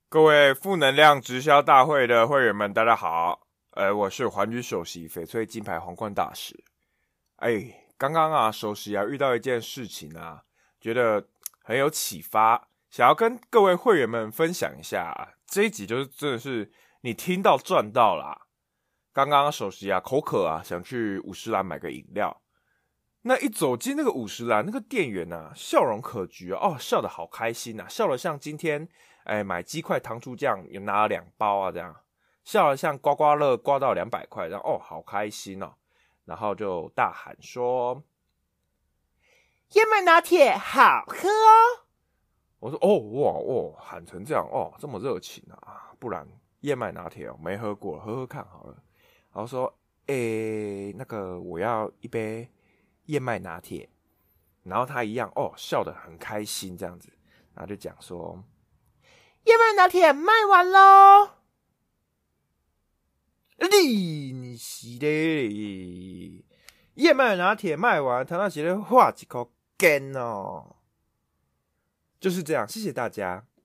各位负能量直销大会的会员们，大家好。我是环宇首席翡翠金牌皇冠大使。刚刚啊，首席啊遇到一件事情啊，觉得很有启发，想要跟各位会员们分享一下。这一集就是真的是你听到赚到啦。刚刚首席啊口渴啊，想去五十兰买个饮料。那一走进那个五十兰，那个店员啊，笑容可掬啊，笑得好开心啊，笑得像今天买鸡块糖醋酱有拿了2包啊，这样笑得像刮刮乐刮到200块，然后好开心哦，然后就大喊说：燕麦拿铁好喝哦！我说哇喊成这样这么热情啊，不然燕麦拿铁没喝过，喝喝看好了。然后说那个我要一杯燕麦拿铁，然后他一样笑得很开心这样子，然后就讲说燕麦拿铁卖完咯。你是嘞，燕麦拿铁卖完，他那是咧画一颗根哦，就是这样，谢谢大家。